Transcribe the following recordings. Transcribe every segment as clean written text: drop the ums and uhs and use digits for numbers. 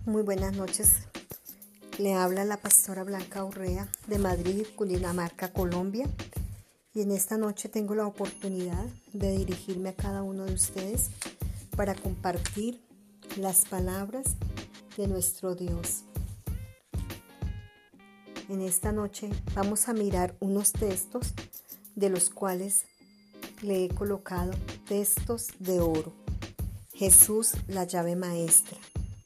Muy buenas noches. Le habla la pastora Blanca Urrea de Madrid, Cundinamarca, Colombia. Y en esta noche tengo la oportunidad de dirigirme a cada uno de ustedes para compartir las palabras de nuestro Dios. En esta noche vamos a mirar unos textos de los cuales le he colocado textos de oro. Jesús, la llave maestra.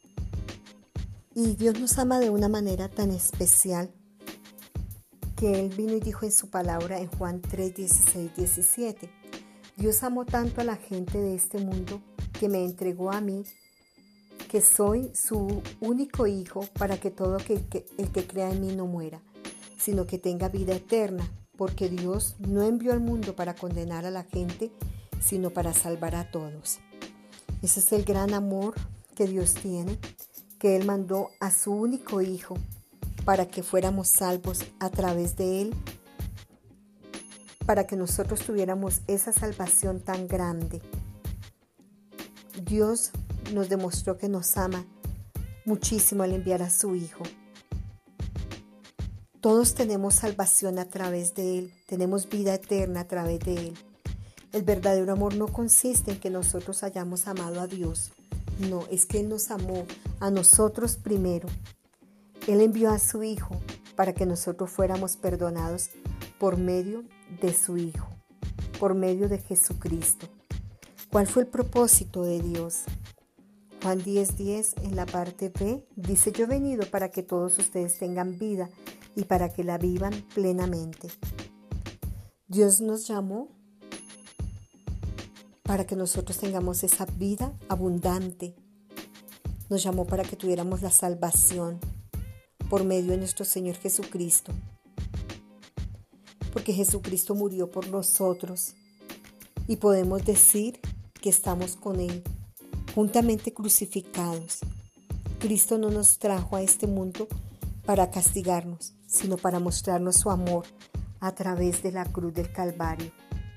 Y Dios nos ama de una manera tan especial que Él vino y dijo en su palabra en Juan 3, 16, 17. Dios amó tanto a la gente de este mundo que me entregó a mí, que soy su único hijo, para que todo el que crea en mí no muera, sino que tenga vida eterna, porque Dios no envió al mundo para condenar a la gente, sino para salvar a todos. Ese es el gran amor que Dios tiene, que Él mandó a su único hijo para que fuéramos salvos a través de Él, para que nosotros tuviéramos esa salvación tan grande. Dios nos demostró que nos ama muchísimo al enviar a su hijo. Todos tenemos salvación a través de Él, tenemos vida eterna a través de Él. El verdadero amor no consiste en que nosotros hayamos amado a Dios. No, es que Él nos amó a nosotros primero. Él envió a su Hijo para que nosotros fuéramos perdonados por medio de su Hijo, por medio de Jesucristo. ¿Cuál fue el propósito de Dios? Juan 10:10 en la parte B dice: yo he venido para que todos ustedes tengan vida y para que la vivan plenamente. Dios nos llamó para que nosotros tengamos esa vida abundante. Nos llamó para que tuviéramos la salvación por medio de nuestro Señor Jesucristo. Porque Jesucristo murió por nosotros y podemos decir que estamos con Él, juntamente crucificados. Cristo no nos trajo a este mundo para castigarnos, sino para mostrarnos su amor a través de la cruz del Calvario.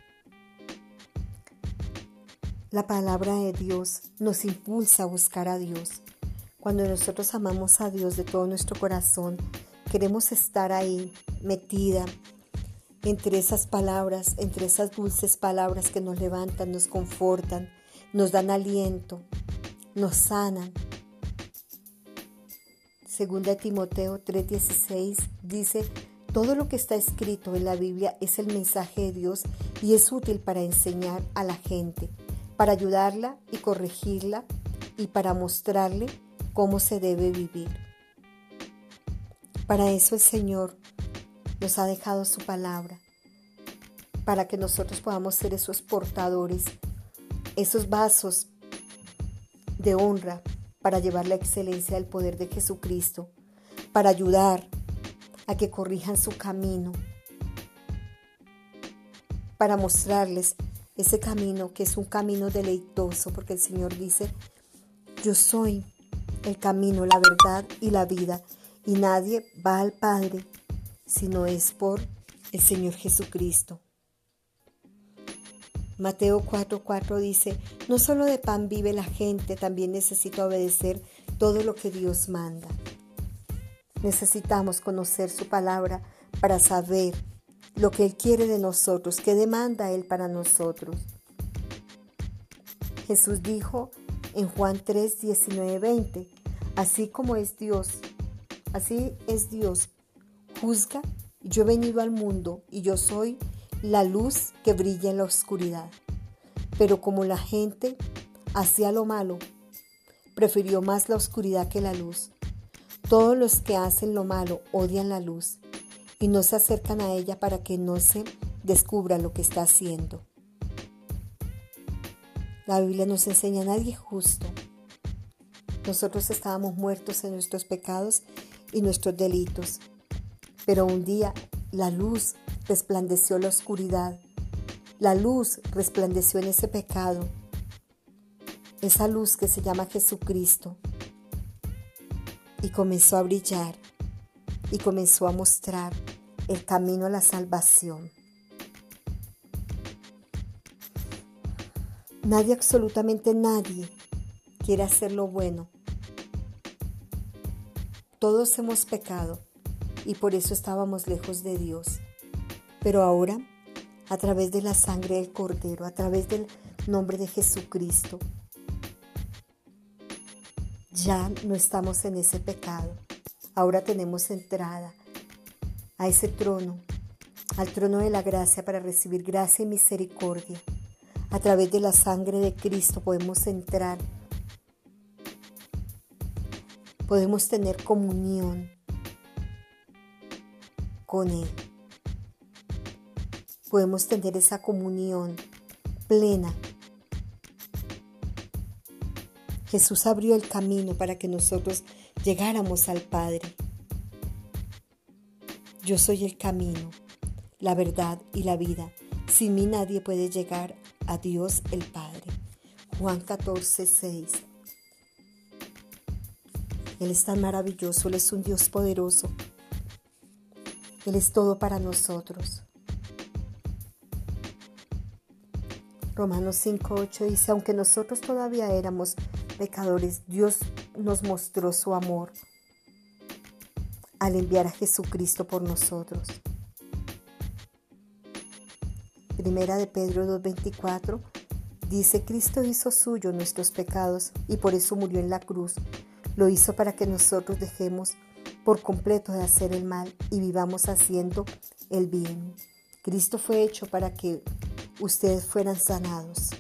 La palabra de Dios nos impulsa a buscar a Dios. Cuando nosotros amamos a Dios de todo nuestro corazón, queremos estar ahí, metida entre esas palabras, entre esas dulces palabras que nos levantan, nos confortan, nos dan aliento, nos sanan. Segunda de Timoteo 3:16 dice: todo lo que está escrito en la Biblia es el mensaje de Dios y es útil para enseñar a la gente, para ayudarla y corregirla y para mostrarle cómo se debe vivir. Para eso el Señor nos ha dejado su palabra, para que nosotros podamos ser esos portadores, esos vasos de honra para llevar la excelencia del poder de Jesucristo, para ayudar a que corrijan su camino, para mostrarles ese camino que es un camino deleitoso, porque el Señor dice: yo soy el camino, la verdad y la vida, y nadie va al Padre si no es por el Señor Jesucristo. Mateo 4:4 dice: no solo de pan vive la gente, también necesita obedecer todo lo que Dios manda. Necesitamos conocer su palabra para saber lo que Él quiere de nosotros, qué demanda Él para nosotros. Jesús dijo en Juan 3, 19, 20, así es Dios, juzga. Yo he venido al mundo y yo soy la luz que brilla en la oscuridad. Pero como la gente hacía lo malo, prefirió más la oscuridad que la luz. Todos los que hacen lo malo odian la luz y no se acercan a ella para que no se descubra lo que está haciendo. La Biblia nos enseña: nadie es justo. Nosotros estábamos muertos en nuestros pecados y nuestros delitos, pero un día la luz resplandeció en la oscuridad. La luz resplandeció en ese pecado. Esa luz que se llama Jesucristo. Y comenzó a brillar y comenzó a mostrar el camino a la salvación. Nadie, absolutamente nadie, quiere hacer lo bueno. Todos hemos pecado y por eso estábamos lejos de Dios. Pero ahora, a través de la sangre del Cordero, a través del nombre de Jesucristo, ya no estamos en ese pecado. Ahora tenemos entrada a ese trono, al trono de la gracia para recibir gracia y misericordia. A través de la sangre de Cristo podemos entrar, podemos tener comunión con Él. Podemos tener esa comunión plena. Jesús abrió el camino para que nosotros llegáramos al Padre. Yo soy el camino, la verdad y la vida. Sin mí nadie puede llegar a Dios el Padre. Juan 14:6. Él es tan maravilloso, Él es un Dios poderoso. Él es todo para nosotros. Romanos 5:8 dice, aunque nosotros todavía éramos pecadores, Dios nos mostró su amor al enviar a Jesucristo por nosotros. Primera de Pedro 2:24 dice, Cristo hizo suyo nuestros pecados y por eso murió en la cruz. Lo hizo para que nosotros dejemos por completo de hacer el mal y vivamos haciendo el bien. Cristo fue hecho para que ustedes fueran sanados.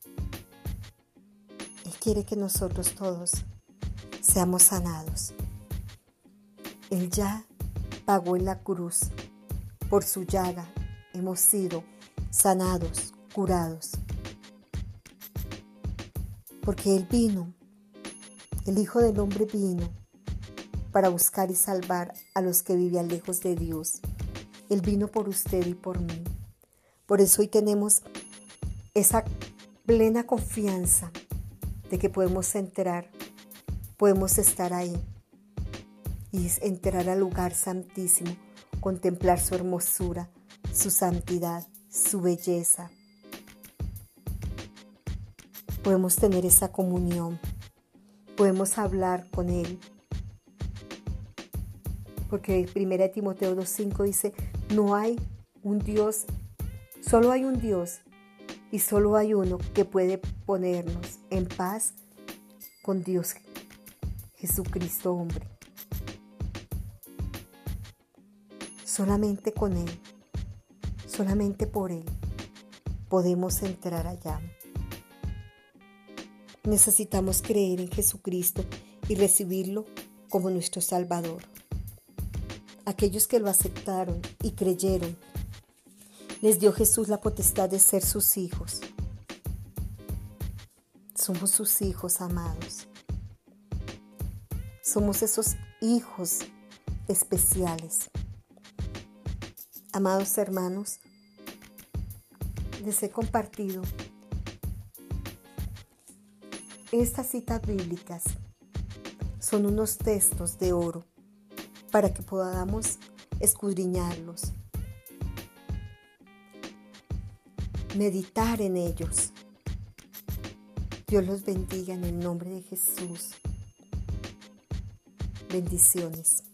Él quiere que nosotros todos seamos sanados. Él ya pagó en la cruz. Por su llaga hemos sido sanados, curados. Porque Él vino, el Hijo del Hombre vino para buscar y salvar a los que vivían lejos de Dios. Él vino por usted y por mí. Por eso hoy tenemos esa plena confianza de que podemos entrar, podemos estar ahí y entrar al lugar santísimo, contemplar su hermosura, su santidad, su belleza. Podemos tener esa comunión, podemos hablar con Él. Porque 1 Timoteo 2:5 dice, no hay un Dios, solo hay un Dios y solo hay uno que puede ponernos en paz con Dios, Jesucristo hombre. Solamente con Él, solamente por Él podemos entrar allá. Necesitamos creer en Jesucristo y recibirlo como nuestro Salvador. Aquellos que lo aceptaron y creyeron, les dio Jesús la potestad de ser sus hijos. Somos sus hijos amados. Somos esos hijos especiales. Amados hermanos, les he compartido estas citas bíblicas. Son unos textos de oro para que podamos escudriñarlos, meditar en ellos. Dios los bendiga en el nombre de Jesús. Bendiciones.